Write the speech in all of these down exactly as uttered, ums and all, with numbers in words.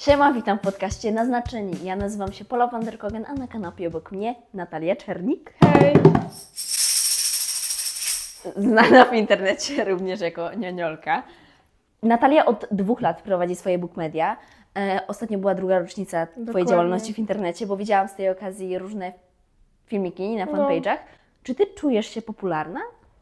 Siema, witam w podcaście Naznaczeni. Ja nazywam się Pola van der Kogen, a na kanapie obok mnie Natalia Czernik. Hej! Znana w internecie również jako nianiolka. Natalia od dwóch lat prowadzi swoje book media. E, ostatnio była druga rocznica Twojej Dokładnie. działalności w internecie, bo widziałam z tej okazji różne filmiki na fanpage'ach. Czy Ty czujesz się popularna?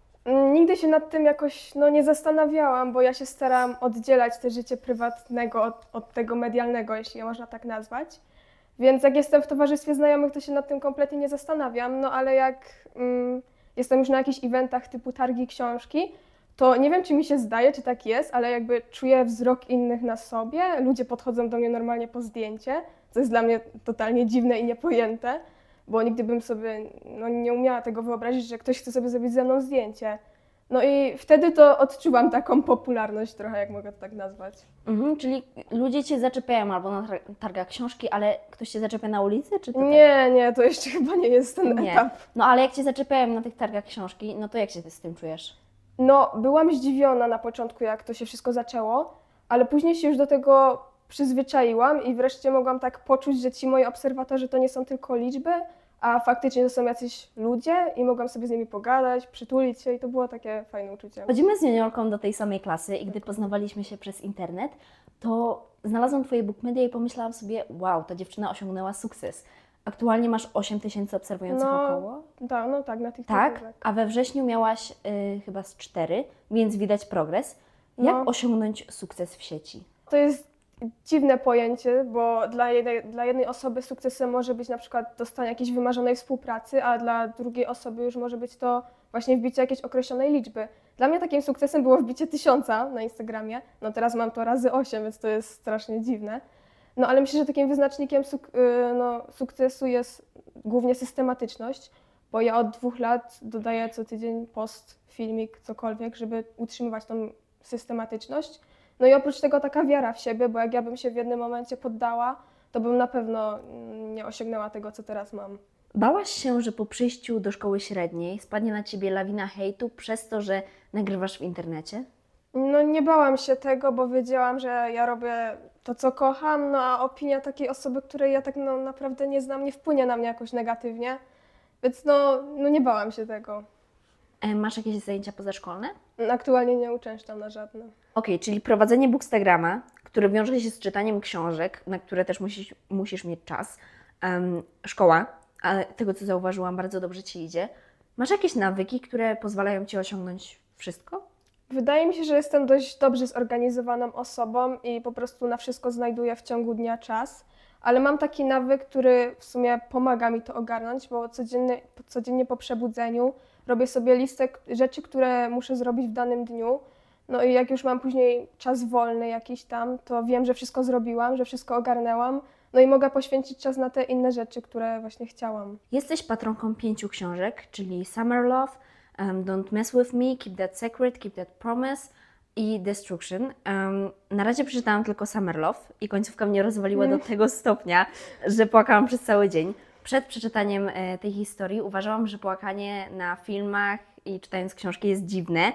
Nigdy się nad tym jakoś no, nie zastanawiałam, bo ja się staram oddzielać te życie prywatnego od, od tego medialnego, jeśli je można tak nazwać. Więc jak jestem w towarzystwie znajomych, to się nad tym kompletnie nie zastanawiam, no ale jak mm, jestem już na jakichś eventach typu targi książki, to nie wiem, czy mi się zdaje, czy tak jest, ale jakby czuję wzrok innych na sobie. Ludzie podchodzą do mnie normalnie po zdjęcie, co jest dla mnie totalnie dziwne i niepojęte, bo nigdy bym sobie no, nie umiała tego wyobrazić, że ktoś chce sobie zrobić ze mną zdjęcie. No i wtedy to odczuwam taką popularność trochę, jak mogę to tak nazwać. Mhm, czyli ludzie Cię zaczepiają albo na tar- targach książki, ale ktoś Cię zaczepia na ulicy? Czy to tak? Nie, nie, to jeszcze chyba nie jest ten Nie. etap. No ale jak Cię zaczepiają na tych targach książki, no to jak się Ty z tym czujesz? No, byłam zdziwiona na początku, jak to się wszystko zaczęło, ale później się już do tego przyzwyczaiłam i wreszcie mogłam tak poczuć, że ci moi obserwatorzy to nie są tylko liczby, a faktycznie to są jacyś ludzie i mogłam sobie z nimi pogadać, przytulić się i to było takie fajne uczucie. Chodzimy z nianiolką do tej samej klasy i gdy poznawaliśmy się przez internet, to znalazłam Twoje book media i pomyślałam sobie, wow, ta dziewczyna osiągnęła sukces. Aktualnie masz osiem tysięcy obserwujących No, około. Tak, no tak, na tych Tak, a we wrześniu miałaś y, chyba z cztery, więc widać progres. Jak No. osiągnąć sukces w sieci? To jest dziwne pojęcie, bo dla jednej, dla jednej osoby sukcesem może być na przykład dostanie jakiejś wymarzonej współpracy, a dla drugiej osoby już może być to właśnie wbicie jakiejś określonej liczby. Dla mnie takim sukcesem było wbicie tysiąca na Instagramie, no teraz mam to razy osiem, więc to jest strasznie dziwne. No ale myślę, że takim wyznacznikiem suk- y, no, sukcesu jest głównie systematyczność, bo ja od dwóch lat dodaję co tydzień post, filmik, cokolwiek, żeby utrzymywać tą systematyczność. No i oprócz tego taka wiara w siebie, bo jak ja bym się w jednym momencie poddała, to bym na pewno nie osiągnęła tego, co teraz mam. Bałaś się, że po przyjściu do szkoły średniej spadnie na Ciebie lawina hejtu przez to, że nagrywasz w internecie? No nie bałam się tego, bo wiedziałam, że ja robię to, co kocham, no a opinia takiej osoby, której ja tak no, naprawdę nie znam, nie wpłynie na mnie jakoś negatywnie, więc no, no nie bałam się tego. E, Masz jakieś zajęcia pozaszkolne? Aktualnie nie uczęszczam na żadne. Okej, czyli prowadzenie Bookstagrama, które wiąże się z czytaniem książek, na które też musisz, musisz mieć czas. Um, szkoła, ale tego co zauważyłam, bardzo dobrze Ci idzie. Masz jakieś nawyki, które pozwalają Ci osiągnąć wszystko? Wydaje mi się, że jestem dość dobrze zorganizowaną osobą i po prostu na wszystko znajduję w ciągu dnia czas, ale mam taki nawyk, który w sumie pomaga mi to ogarnąć, bo codziennie, codziennie po przebudzeniu robię sobie listę k- rzeczy, które muszę zrobić w danym dniu. No i jak już mam później czas wolny jakiś tam, to wiem, że wszystko zrobiłam, że wszystko ogarnęłam, no i mogę poświęcić czas na te inne rzeczy, które właśnie chciałam. Jesteś patronką pięciu książek, czyli Summer Love, um, Don't Mess With Me, Keep That Secret, Keep That Promise i Destruction. Um, na razie przeczytałam tylko Summer Love i końcówka mnie rozwaliła do tego stopnia, że płakałam przez cały dzień. Przed przeczytaniem e, tej historii uważałam, że płakanie na filmach i czytając książki jest dziwne,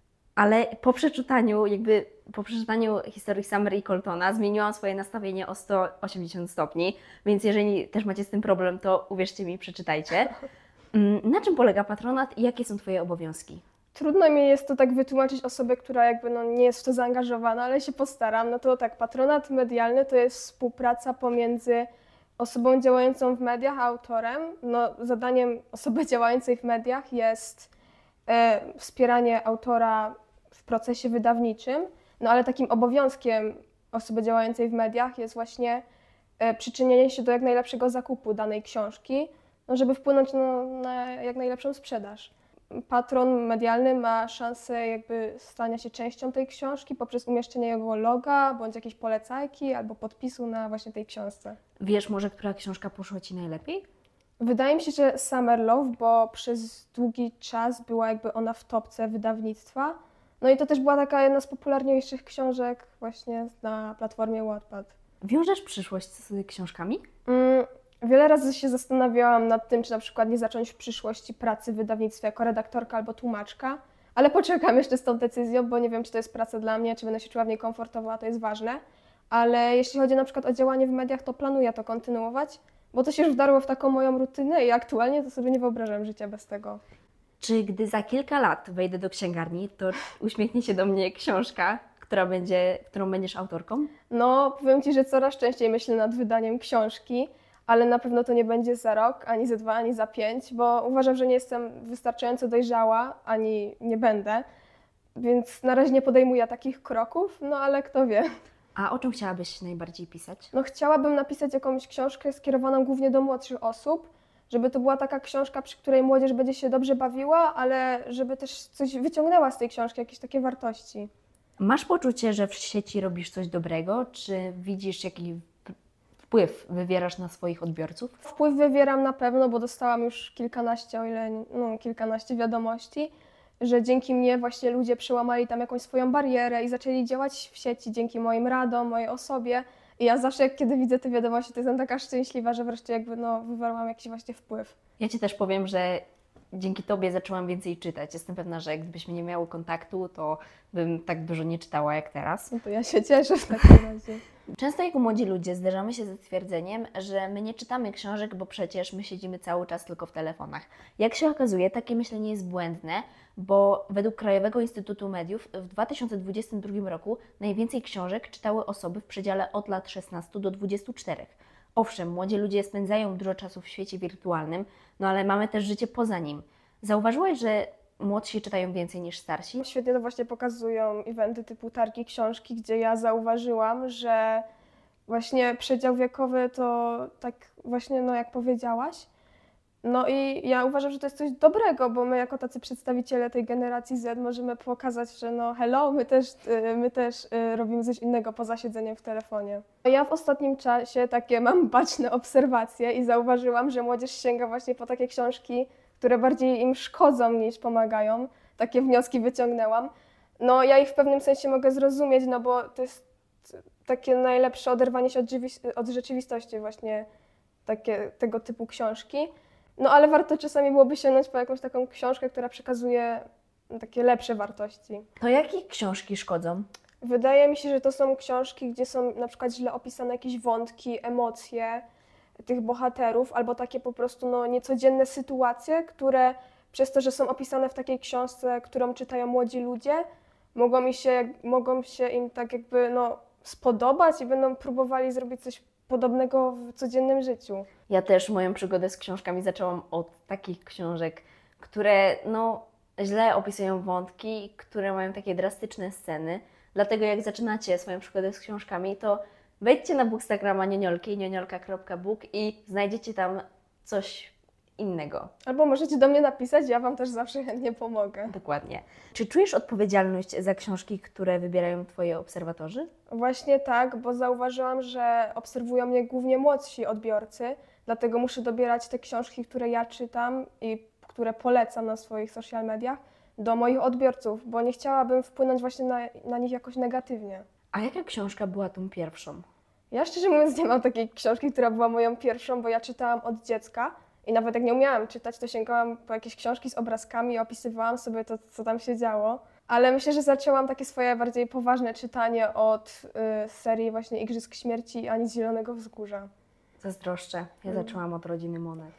ale po przeczytaniu, jakby po przeczytaniu historii Summer i Coltona zmieniłam swoje nastawienie o sto osiemdziesiąt stopni, więc jeżeli też macie z tym problem, to uwierzcie mi, przeczytajcie. Mm, Na czym polega patronat i jakie są Twoje obowiązki? Trudno mi jest to tak wytłumaczyć osobie, która jakby no nie jest w to zaangażowana, ale się postaram. No to tak, patronat medialny to jest współpraca pomiędzy osobą działającą w mediach a autorem. No, zadaniem osoby działającej w mediach jest e, wspieranie autora w procesie wydawniczym, no ale takim obowiązkiem osoby działającej w mediach jest właśnie e, przyczynienie się do jak najlepszego zakupu danej książki, no, żeby wpłynąć no, na jak najlepszą sprzedaż. Patron medialny ma szansę jakby stania się częścią tej książki poprzez umieszczenie jego loga, bądź jakiejś polecajki albo podpisu na właśnie tej książce. Wiesz może, która książka poszła Ci najlepiej? Wydaje mi się, że Summer Love, bo przez długi czas była jakby ona w topce wydawnictwa. No i to też była taka jedna z popularniejszych książek właśnie na platformie Wattpad. Wiążesz przyszłość z książkami? Mm, Wiele razy się zastanawiałam nad tym, czy na przykład nie zacząć w przyszłości pracy w wydawnictwie jako redaktorka albo tłumaczka, ale poczekam jeszcze z tą decyzją, bo nie wiem, czy to jest praca dla mnie, czy będę się czuła w niej komfortowo, a to jest ważne. ale jeśli chodzi na przykład o działanie w mediach, to planuję to kontynuować, bo to się już wdarło w taką moją rutynę i aktualnie to sobie nie wyobrażam życia bez tego. Czy gdy za kilka lat wejdę do księgarni, to uśmiechnie się do mnie książka, która będzie, którą będziesz autorką? No, powiem Ci, że coraz częściej myślę nad wydaniem książki, ale na pewno to nie będzie za rok, ani za dwa, ani za pięć, bo uważam, że nie jestem wystarczająco dojrzała, ani nie będę, więc na razie nie podejmuję takich kroków, no ale kto wie. A o czym chciałabyś najbardziej pisać? No, chciałabym napisać jakąś książkę skierowaną głównie do młodszych osób, żeby to była taka książka, przy której młodzież będzie się dobrze bawiła, ale żeby też coś wyciągnęła z tej książki, jakieś takie wartości. Masz poczucie, że w sieci robisz coś dobrego, czy widzisz, jaki w- wpływ wywierasz na swoich odbiorców? Wpływ wywieram na pewno, bo dostałam już kilkanaście, o ile nie- no, kilkanaście wiadomości, że dzięki mnie właśnie ludzie przełamali tam jakąś swoją barierę i zaczęli działać w sieci dzięki moim radom, mojej osobie. I ja zawsze, jak kiedy widzę te wiadomości, to jestem taka szczęśliwa, że wreszcie jakby no, wywarłam jakiś właśnie wpływ. Ja Ci też powiem, że dzięki Tobie zaczęłam więcej czytać. Jestem pewna, że gdybyśmy nie miały kontaktu, to bym tak dużo nie czytała jak teraz. No to ja się cieszę w takim razie. Często jako młodzi ludzie zderzamy się ze stwierdzeniem, że my nie czytamy książek, bo przecież my siedzimy cały czas tylko w telefonach. Jak się okazuje, takie myślenie jest błędne, bo według Krajowego Instytutu Mediów w dwa tysiące dwudziestym drugim roku najwięcej książek czytały osoby w przedziale od lat szesnastu do dwudziestu czterech. Owszem, młodzi ludzie spędzają dużo czasu w świecie wirtualnym, no ale mamy też życie poza nim. Zauważyłaś, że młodsi czytają więcej niż starsi? Świetnie to właśnie pokazują eventy typu targi książki, gdzie ja zauważyłam, że właśnie przedział wiekowy to tak właśnie, no jak powiedziałaś. No i ja uważam, że to jest coś dobrego, bo my jako tacy przedstawiciele tej generacji Z możemy pokazać, że no hello, my też, y, my też y, robimy coś innego poza siedzeniem w telefonie. Ja w ostatnim czasie takie mam baczne obserwacje i zauważyłam, że młodzież sięga właśnie po takie książki, które bardziej im szkodzą niż pomagają. Takie wnioski wyciągnęłam. No ja ich w pewnym sensie mogę zrozumieć, no bo to jest takie najlepsze oderwanie się od, żywi- od rzeczywistości właśnie takie, tego typu książki. No ale warto czasami byłoby sięgnąć po jakąś taką książkę, która przekazuje takie lepsze wartości. To jakie książki szkodzą? Wydaje mi się, że to są książki, gdzie są na przykład źle opisane jakieś wątki, emocje tych bohaterów, albo takie po prostu no, niecodzienne sytuacje, które przez to, że są opisane w takiej książce, którą czytają młodzi ludzie, mogą, mi się, mogą się im tak jakby no, spodobać i będą próbowali zrobić coś podobnego w codziennym życiu. Ja też moją przygodę z książkami zaczęłam od takich książek, które no, źle opisują wątki, które mają takie drastyczne sceny. Dlatego jak zaczynacie swoją przygodę z książkami, to wejdźcie na Bookstagrama Nioniolki, nioniolka kropka book i znajdziecie tam coś innego. Albo możecie do mnie napisać, ja Wam też zawsze chętnie pomogę. Dokładnie. Czy czujesz odpowiedzialność za książki, które wybierają Twoi obserwatorzy? Właśnie tak, bo zauważyłam, że obserwują mnie głównie młodsi odbiorcy, dlatego muszę dobierać te książki, które ja czytam i które polecam na swoich social mediach do moich odbiorców, bo nie chciałabym wpłynąć właśnie na, na nich jakoś negatywnie. A jaka książka była tą pierwszą? Ja szczerze mówiąc nie mam takiej książki, która była moją pierwszą, bo ja czytałam od dziecka i nawet jak nie umiałam czytać, to sięgałam po jakieś książki z obrazkami i opisywałam sobie to, co tam się działo. Ale myślę, że zaczęłam takie swoje bardziej poważne czytanie od y, serii właśnie Igrzysk Śmierci ani z Zielonego Wzgórza. Zazdroszczę. Ja Mm. zaczęłam od Rodziny Monet.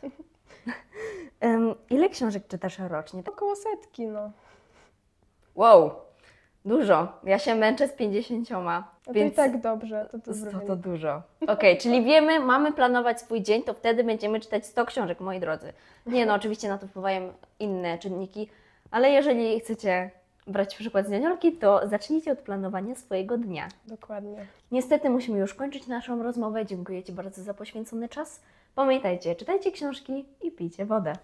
um, ile książek czytasz rocznie? Około setki, no. Wow, dużo. Ja się męczę z pięćdziesięcioma, No to więc i tak dobrze, to to to, to dużo. Okej, czyli wiemy, mamy planować swój dzień, to wtedy będziemy czytać sto książek, moi drodzy. Nie no, oczywiście na to wpływają inne czynniki, ale jeżeli chcecie brać przykład z Nianiolki, to zacznijcie od planowania swojego dnia. Dokładnie. Niestety musimy już kończyć naszą rozmowę. Dziękuję Ci bardzo za poświęcony czas. Pamiętajcie, czytajcie książki i pijcie wodę.